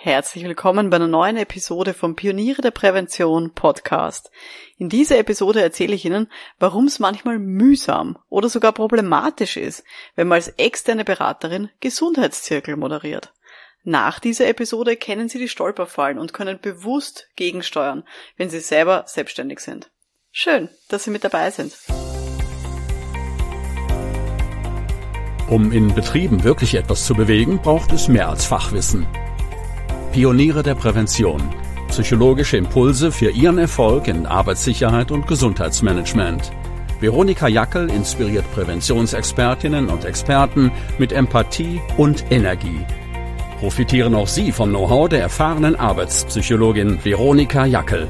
Herzlich willkommen bei einer neuen Episode vom Pioniere der Prävention Podcast. In dieser Episode erzähle ich Ihnen, warum es manchmal mühsam oder sogar problematisch ist, wenn man als externe Beraterin Gesundheitszirkel moderiert. Nach dieser Episode kennen Sie die Stolperfallen und können bewusst gegensteuern, wenn Sie selber selbstständig sind. Schön, dass Sie mit dabei sind. Um in Betrieben wirklich etwas zu bewegen, braucht es mehr als Fachwissen. Pioniere der Prävention. Psychologische Impulse für Ihren Erfolg in Arbeitssicherheit und Gesundheitsmanagement. Veronika Jackel inspiriert Präventionsexpertinnen und Experten mit Empathie und Energie. Profitieren auch Sie vom Know-how der erfahrenen Arbeitspsychologin Veronika Jackel.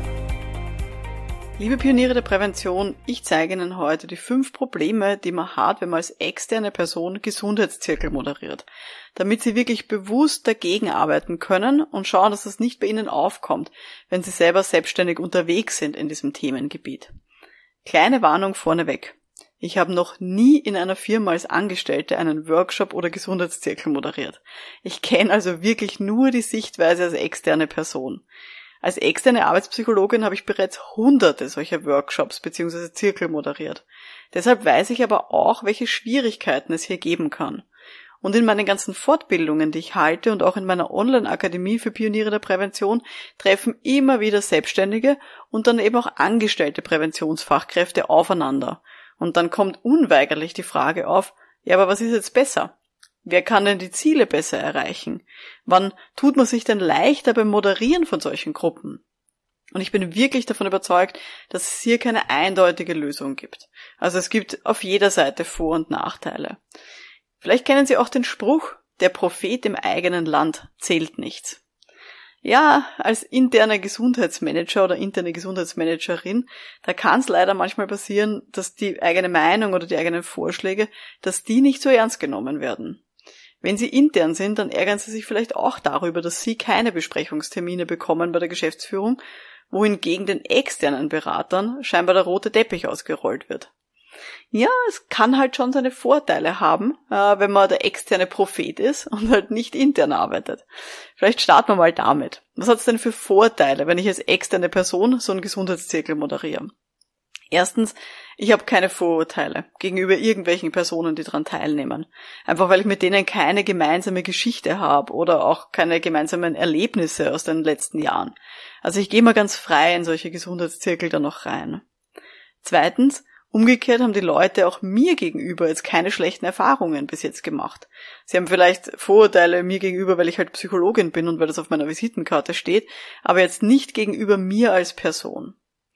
Liebe Pioniere der Prävention, ich zeige Ihnen heute die 5 Probleme, die man hat, wenn man als externe Person Gesundheitszirkel moderiert, damit Sie wirklich bewusst dagegen arbeiten können und schauen, dass das nicht bei Ihnen aufkommt, wenn Sie selber selbstständig unterwegs sind in diesem Themengebiet. Kleine Warnung vorneweg. Ich habe noch nie in einer Firma als Angestellte einen Workshop oder Gesundheitszirkel moderiert. Ich kenne also wirklich nur die Sichtweise als externe Person. Als externe Arbeitspsychologin habe ich bereits hunderte solcher Workshops bzw. Zirkel moderiert. Deshalb weiß ich aber auch, welche Schwierigkeiten es hier geben kann. Und in meinen ganzen Fortbildungen, die ich halte und auch in meiner Online-Akademie für Pioniere der Prävention, treffen immer wieder Selbstständige und dann eben auch angestellte Präventionsfachkräfte aufeinander. Und dann kommt unweigerlich die Frage auf, ja, aber was ist jetzt besser? Wer kann denn die Ziele besser erreichen? Wann tut man sich denn leichter beim Moderieren von solchen Gruppen? Und ich bin wirklich davon überzeugt, dass es hier keine eindeutige Lösung gibt. Also es gibt auf jeder Seite Vor- und Nachteile. Vielleicht kennen Sie auch den Spruch, der Prophet im eigenen Land zählt nichts. Ja, als interner Gesundheitsmanager oder interne Gesundheitsmanagerin, da kann es leider manchmal passieren, dass die eigene Meinung oder die eigenen Vorschläge, dass die nicht so ernst genommen werden. Wenn Sie intern sind, dann ärgern Sie sich vielleicht auch darüber, dass Sie keine Besprechungstermine bekommen bei der Geschäftsführung, wohingegen den externen Beratern scheinbar der rote Teppich ausgerollt wird. Ja, es kann halt schon seine Vorteile haben, wenn man der externe Prophet ist und halt nicht intern arbeitet. Vielleicht starten wir mal damit. Was hat es denn für Vorteile, wenn ich als externe Person so einen Gesundheitszirkel moderiere? Erstens, ich habe keine Vorurteile gegenüber irgendwelchen Personen, die daran teilnehmen. Einfach weil ich mit denen keine gemeinsame Geschichte habe oder auch keine gemeinsamen Erlebnisse aus den letzten Jahren. Also ich gehe mal ganz frei in solche Gesundheitszirkel dann noch rein. Zweitens, umgekehrt haben die Leute auch mir gegenüber jetzt keine schlechten Erfahrungen bis jetzt gemacht. Sie haben vielleicht Vorurteile mir gegenüber, weil ich halt Psychologin bin und weil das auf meiner Visitenkarte steht, aber jetzt nicht gegenüber mir als Person.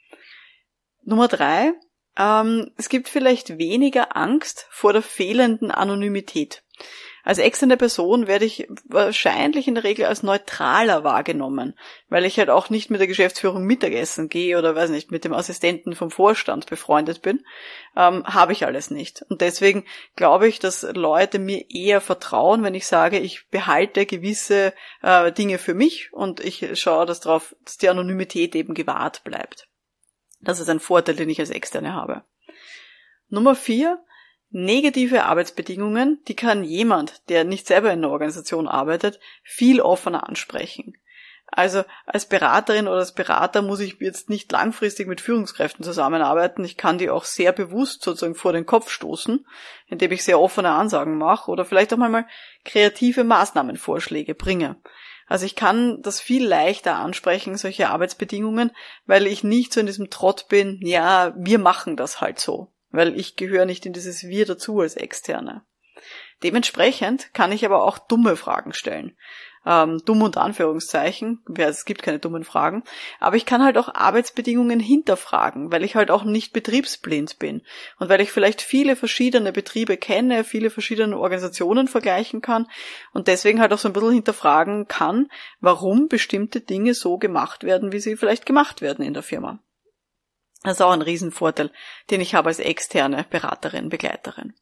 Nummer 3, es gibt vielleicht weniger Angst vor der fehlenden Anonymität. Als externe Person werde ich wahrscheinlich in der Regel als neutraler wahrgenommen, weil ich halt auch nicht mit der Geschäftsführung Mittagessen gehe oder weiß nicht, mit dem Assistenten vom Vorstand befreundet bin, habe ich alles nicht. Und deswegen glaube ich, dass Leute mir eher vertrauen, wenn ich sage, ich behalte gewisse Dinge für mich und ich schaue dass die Anonymität eben gewahrt bleibt. Das ist ein Vorteil, den ich als Externe habe. Nummer 4, negative Arbeitsbedingungen, die kann jemand, der nicht selber in einer Organisation arbeitet, viel offener ansprechen. Also als Beraterin oder als Berater muss ich jetzt nicht langfristig mit Führungskräften zusammenarbeiten. Ich kann die auch sehr bewusst sozusagen vor den Kopf stoßen, indem ich sehr offene Ansagen mache oder vielleicht auch mal kreative Maßnahmenvorschläge bringe. Also ich kann das viel leichter ansprechen, solche Arbeitsbedingungen, weil ich nicht so in diesem Trott bin, ja, wir machen das halt so, weil ich gehöre nicht in dieses Wir dazu als Externe. Dementsprechend kann ich aber auch dumme Fragen stellen. Dumm unter Anführungszeichen, es gibt keine dummen Fragen, aber ich kann halt auch Arbeitsbedingungen hinterfragen, weil ich halt auch nicht betriebsblind bin und weil ich vielleicht viele verschiedene Betriebe kenne, viele verschiedene Organisationen vergleichen kann und deswegen halt auch so ein bisschen hinterfragen kann, warum bestimmte Dinge so gemacht werden, wie sie vielleicht gemacht werden in der Firma. Das ist auch ein Riesenvorteil, den ich habe als externe Beraterin, Begleiterin.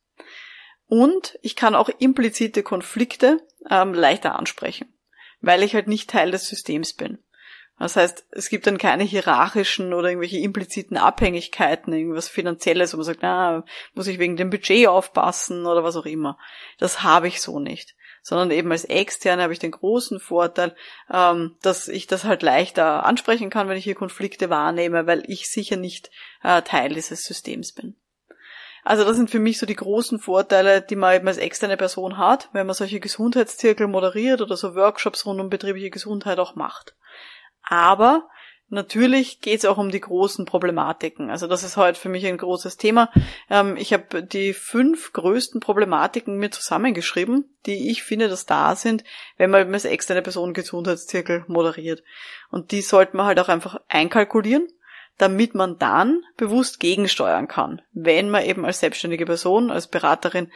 Und ich kann auch implizite Konflikte leichter ansprechen, weil ich halt nicht Teil des Systems bin. Das heißt, es gibt dann keine hierarchischen oder irgendwelche impliziten Abhängigkeiten, irgendwas Finanzielles, wo man sagt, muss ich wegen dem Budget aufpassen oder was auch immer. Das habe ich so nicht. sondern eben als Externe habe ich den großen Vorteil, dass ich das halt leichter ansprechen kann, wenn ich hier Konflikte wahrnehme, weil ich sicher nicht Teil dieses Systems bin. Also das sind für mich so die großen Vorteile, die man eben als externe Person hat, wenn man solche Gesundheitszirkel moderiert oder so Workshops rund um betriebliche Gesundheit auch macht. Aber natürlich geht es auch um die großen Problematiken. Also das ist heute für mich ein großes Thema. Ich habe die 5 größten Problematiken mir zusammengeschrieben, die ich finde, dass da sind, wenn man als externe Person Gesundheitszirkel moderiert. Und die sollte man halt auch einfach einkalkulieren, damit man dann bewusst gegensteuern kann, wenn man eben als selbstständige Person, als Beraterin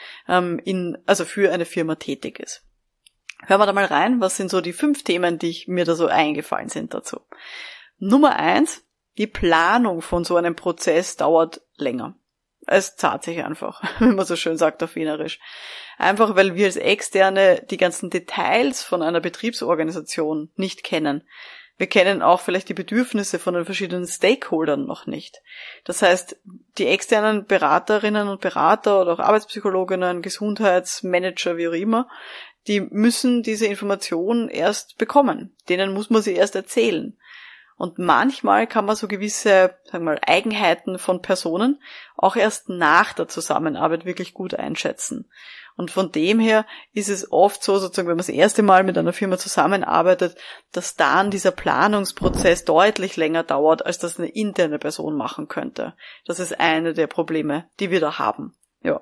also für eine Firma tätig ist. Hören wir da mal rein, was sind so die 5 Themen, die mir da so eingefallen sind dazu. Nummer 1, die Planung von so einem Prozess dauert länger. Es zahlt sich einfach, wie man so schön sagt auf Wienerisch. Einfach, weil wir als Externe die ganzen Details von einer Betriebsorganisation nicht kennen. Wir kennen auch vielleicht die Bedürfnisse von den verschiedenen Stakeholdern noch nicht. Das heißt, die externen Beraterinnen und Berater oder auch Arbeitspsychologinnen, Gesundheitsmanager, wie auch immer, die müssen diese Informationen erst bekommen. Denen muss man sie erst erzählen. Und manchmal kann man so gewisse, sagen wir mal, Eigenheiten von Personen auch erst nach der Zusammenarbeit wirklich gut einschätzen. Und von dem her ist es oft so, sozusagen, wenn man das erste Mal mit einer Firma zusammenarbeitet, dass dann dieser Planungsprozess deutlich länger dauert, als das eine interne Person machen könnte. Das ist eine der Probleme, die wir da haben. Ja.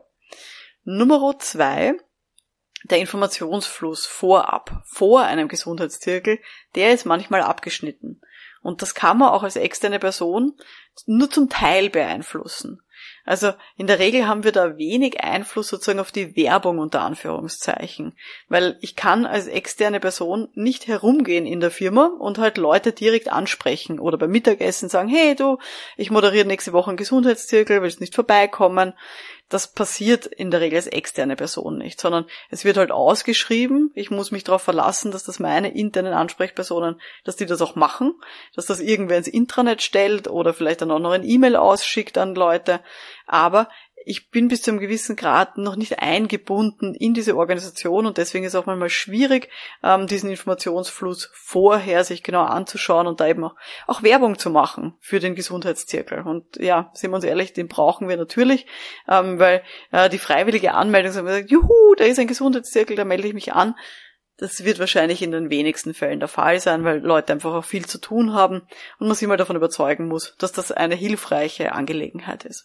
Nummer 2, der Informationsfluss vorab, vor einem Gesundheitszirkel, der ist manchmal abgeschnitten. Und das kann man auch als externe Person nur zum Teil beeinflussen. Also in der Regel haben wir da wenig Einfluss sozusagen auf die Werbung unter Anführungszeichen, weil ich kann als externe Person nicht herumgehen in der Firma und halt Leute direkt ansprechen oder beim Mittagessen sagen, hey du, ich moderiere nächste Woche einen Gesundheitszirkel, willst nicht vorbeikommen? Das passiert in der Regel als externe Person nicht, sondern es wird halt ausgeschrieben. Ich muss mich darauf verlassen, dass das meine internen Ansprechpersonen, dass die das auch machen, dass das irgendwer ins Intranet stellt oder vielleicht dann auch noch ein E-Mail ausschickt an Leute. Aber ich bin bis zu einem gewissen Grad noch nicht eingebunden in diese Organisation und deswegen ist es auch manchmal schwierig, diesen Informationsfluss vorher sich genau anzuschauen und da eben auch Werbung zu machen für den Gesundheitszirkel. Und ja, sind wir uns ehrlich, den brauchen wir natürlich, weil die freiwillige Anmeldung, sagen wir, juhu, da ist ein Gesundheitszirkel, da melde ich mich an. Das wird wahrscheinlich in den wenigsten Fällen der Fall sein, weil Leute einfach auch viel zu tun haben und man sich mal davon überzeugen muss, dass das eine hilfreiche Angelegenheit ist.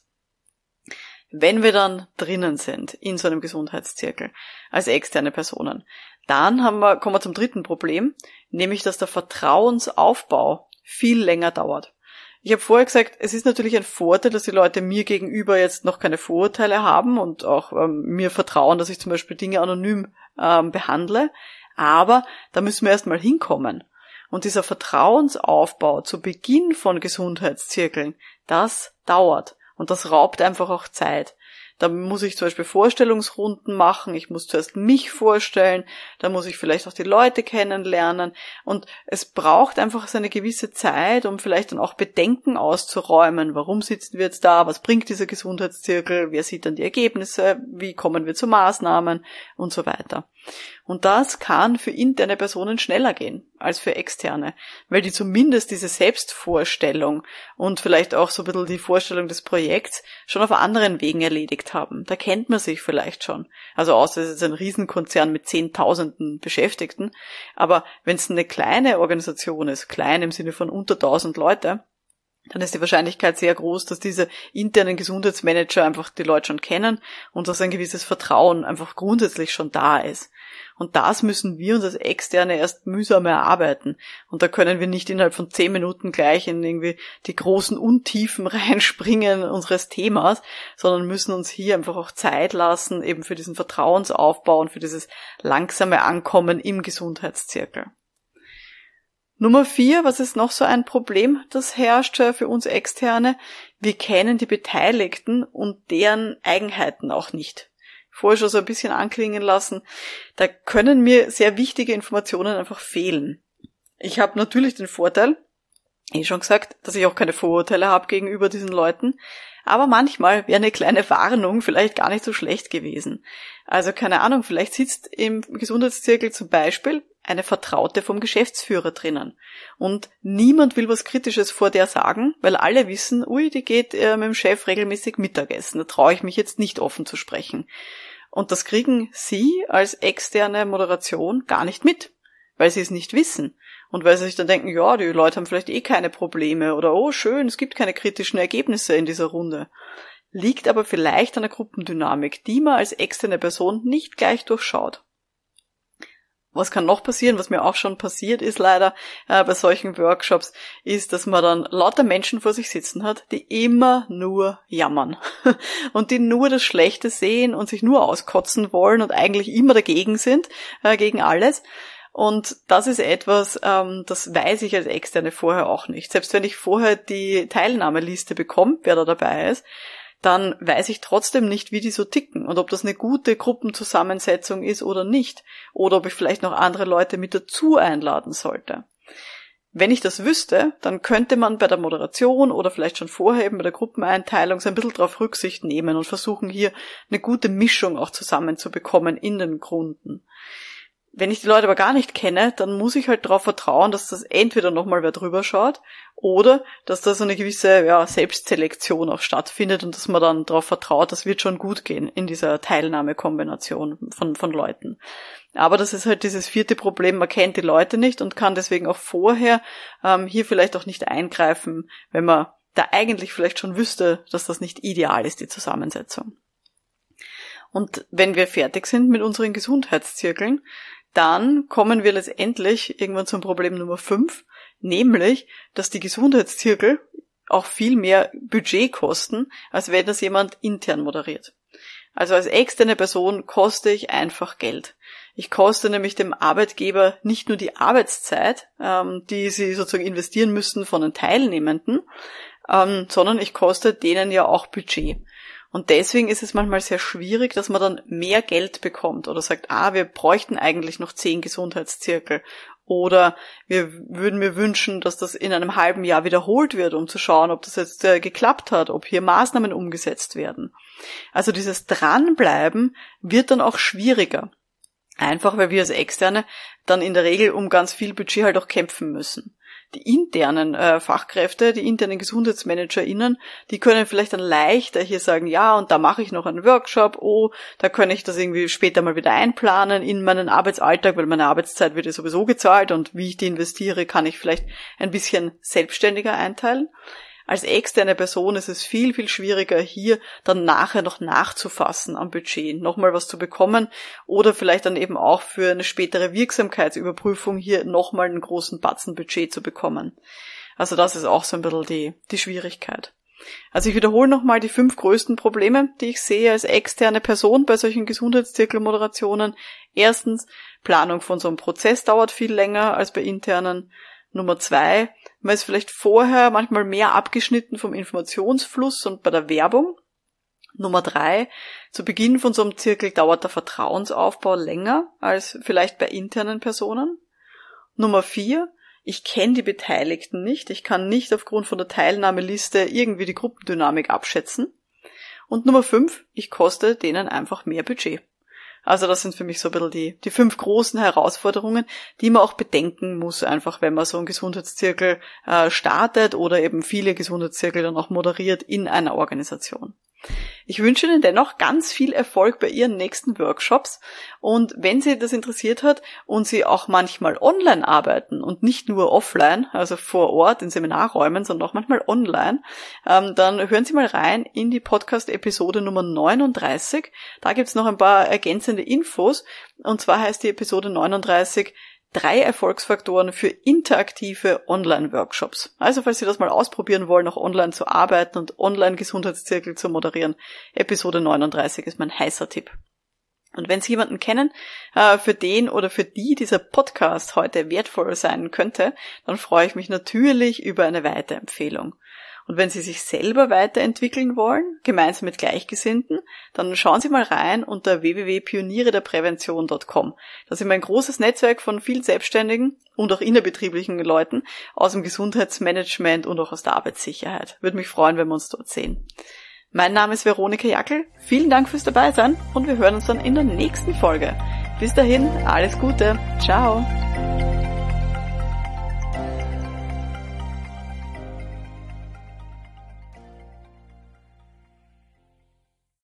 Wenn wir dann drinnen sind in so einem Gesundheitszirkel als externe Personen, dann kommen wir zum dritten Problem, nämlich dass der Vertrauensaufbau viel länger dauert. Ich habe vorher gesagt, es ist natürlich ein Vorteil, dass die Leute mir gegenüber jetzt noch keine Vorurteile haben und auch mir vertrauen, dass ich zum Beispiel Dinge anonym behandle, aber da müssen wir erstmal hinkommen. Und dieser Vertrauensaufbau zu Beginn von Gesundheitszirkeln, das dauert. Und das raubt einfach auch Zeit. Da muss ich zum Beispiel Vorstellungsrunden machen, ich muss zuerst mich vorstellen, da muss ich vielleicht auch die Leute kennenlernen und es braucht einfach so eine gewisse Zeit, um vielleicht dann auch Bedenken auszuräumen. Warum sitzen wir jetzt da? Was bringt dieser Gesundheitszirkel? Wer sieht dann die Ergebnisse? Wie kommen wir zu Maßnahmen? Und so weiter. Und das kann für interne Personen schneller gehen als für externe, weil die zumindest diese Selbstvorstellung und vielleicht auch so ein bisschen die Vorstellung des Projekts schon auf anderen Wegen erledigt haben. Da kennt man sich vielleicht schon. Also außer es ist ein Riesenkonzern mit Zehntausenden Beschäftigten. Aber wenn es eine kleine Organisation ist, klein im Sinne von unter 1000 Leute, dann ist die Wahrscheinlichkeit sehr groß, dass diese internen Gesundheitsmanager einfach die Leute schon kennen und dass ein gewisses Vertrauen einfach grundsätzlich schon da ist. Und das müssen wir uns als Externe erst mühsam erarbeiten. Und da können wir nicht innerhalb von 10 Minuten gleich in irgendwie die großen Untiefen reinspringen unseres Themas, sondern müssen uns hier einfach auch Zeit lassen, eben für diesen Vertrauensaufbau und für dieses langsame Ankommen im Gesundheitszirkel. Nummer 4, was ist noch so ein Problem, das herrscht für uns Externe? Wir kennen die Beteiligten und deren Eigenheiten auch nicht. Vorher schon so ein bisschen anklingen lassen, da können mir sehr wichtige Informationen einfach fehlen. Ich habe natürlich den Vorteil, Schon gesagt, dass ich auch keine Vorurteile habe gegenüber diesen Leuten. Aber manchmal wäre eine kleine Warnung vielleicht gar nicht so schlecht gewesen. Also keine Ahnung, vielleicht sitzt im Gesundheitszirkel zum Beispiel eine Vertraute vom Geschäftsführer drinnen. Und niemand will was Kritisches vor der sagen, weil alle wissen, die geht mit dem Chef regelmäßig Mittagessen. Da traue ich mich jetzt nicht offen zu sprechen. Und das kriegen Sie als externe Moderation gar nicht mit, weil Sie es nicht wissen. Und weil sie sich dann denken, ja, die Leute haben vielleicht keine Probleme oder schön, es gibt keine kritischen Ergebnisse in dieser Runde. Liegt aber vielleicht an der Gruppendynamik, die man als externe Person nicht gleich durchschaut. Was kann noch passieren, was mir auch schon passiert ist leider bei solchen Workshops, ist, dass man dann lauter Menschen vor sich sitzen hat, die immer nur jammern und die nur das Schlechte sehen und sich nur auskotzen wollen und eigentlich immer dagegen sind, gegen alles. Und das ist etwas, das weiß ich als Externe vorher auch nicht. Selbst wenn ich vorher die Teilnahmeliste bekomme, wer da dabei ist, dann weiß ich trotzdem nicht, wie die so ticken und ob das eine gute Gruppenzusammensetzung ist oder nicht. Oder ob ich vielleicht noch andere Leute mit dazu einladen sollte. Wenn ich das wüsste, dann könnte man bei der Moderation oder vielleicht schon vorher eben bei der Gruppeneinteilung so ein bisschen darauf Rücksicht nehmen und versuchen hier eine gute Mischung auch zusammenzubekommen in den Gruppen. Wenn ich die Leute aber gar nicht kenne, dann muss ich halt darauf vertrauen, dass das entweder nochmal wer drüber schaut oder dass da so eine gewisse Selbstselektion auch stattfindet und dass man dann darauf vertraut, das wird schon gut gehen in dieser Teilnahmekombination von Leuten. Aber das ist halt dieses 4. Problem, man kennt die Leute nicht und kann deswegen auch vorher hier vielleicht auch nicht eingreifen, wenn man da eigentlich vielleicht schon wüsste, dass das nicht ideal ist, die Zusammensetzung. Und wenn wir fertig sind mit unseren Gesundheitszirkeln, dann kommen wir letztendlich irgendwann zum Problem Nummer 5, nämlich, dass die Gesundheitszirkel auch viel mehr Budget kosten, als wenn das jemand intern moderiert. Also als externe Person koste ich einfach Geld. Ich koste nämlich dem Arbeitgeber nicht nur die Arbeitszeit, die sie sozusagen investieren müssen von den Teilnehmenden, sondern ich koste denen ja auch Budget. Und deswegen ist es manchmal sehr schwierig, dass man dann mehr Geld bekommt oder sagt, wir bräuchten eigentlich noch 10 Gesundheitszirkel oder wir würden mir wünschen, dass das in einem halben Jahr wiederholt wird, um zu schauen, ob das jetzt geklappt hat, ob hier Maßnahmen umgesetzt werden. Also dieses Dranbleiben wird dann auch schwieriger. Einfach, weil wir als Externe dann in der Regel um ganz viel Budget halt auch kämpfen müssen. Die internen Fachkräfte, die internen GesundheitsmanagerInnen, die können vielleicht dann leichter hier sagen, und da mache ich noch einen Workshop, da kann ich das irgendwie später mal wieder einplanen in meinen Arbeitsalltag, weil meine Arbeitszeit wird ja sowieso gezahlt und wie ich die investiere, kann ich vielleicht ein bisschen selbstständiger einteilen. Als externe Person ist es viel, viel schwieriger, hier dann nachher noch nachzufassen am Budget, nochmal was zu bekommen oder vielleicht dann eben auch für eine spätere Wirksamkeitsüberprüfung hier nochmal einen großen Batzen Budget zu bekommen. Also das ist auch so ein bisschen die Schwierigkeit. Also ich wiederhole nochmal die 5 größten Probleme, die ich sehe als externe Person bei solchen Gesundheitszirkelmoderationen. Erstens, Planung von so einem Prozess dauert viel länger als bei internen. Nummer 2, man ist vielleicht vorher manchmal mehr abgeschnitten vom Informationsfluss und bei der Werbung. Nummer 3, zu Beginn von so einem Zirkel dauert der Vertrauensaufbau länger als vielleicht bei internen Personen. Nummer 4, ich kenne die Beteiligten nicht, ich kann nicht aufgrund von der Teilnahmeliste irgendwie die Gruppendynamik abschätzen. Und Nummer 5, ich koste denen einfach mehr Budget. Also das sind für mich so ein bisschen die 5 großen Herausforderungen, die man auch bedenken muss, einfach wenn man so einen Gesundheitszirkel startet oder eben viele Gesundheitszirkel dann auch moderiert in einer Organisation. Ich wünsche Ihnen dennoch ganz viel Erfolg bei Ihren nächsten Workshops und wenn Sie das interessiert hat und Sie auch manchmal online arbeiten und nicht nur offline, also vor Ort in Seminarräumen, sondern auch manchmal online, dann hören Sie mal rein in die Podcast-Episode Nummer 39. Da gibt's noch ein paar ergänzende Infos und zwar heißt die Episode 39 3 Erfolgsfaktoren für interaktive Online-Workshops. Also falls Sie das mal ausprobieren wollen, auch online zu arbeiten und Online-Gesundheitszirkel zu moderieren, Episode 39 ist mein heißer Tipp. Und wenn Sie jemanden kennen, für den oder für die dieser Podcast heute wertvoll sein könnte, dann freue ich mich natürlich über eine Weiterempfehlung. Und wenn Sie sich selber weiterentwickeln wollen, gemeinsam mit Gleichgesinnten, dann schauen Sie mal rein unter www.pionierederprävention.com. Da sind wir ein großes Netzwerk von vielen Selbstständigen und auch innerbetrieblichen Leuten aus dem Gesundheitsmanagement und auch aus der Arbeitssicherheit. Würde mich freuen, wenn wir uns dort sehen. Mein Name ist Veronika Jackel. Vielen Dank fürs Dabeisein und wir hören uns dann in der nächsten Folge. Bis dahin, alles Gute. Ciao.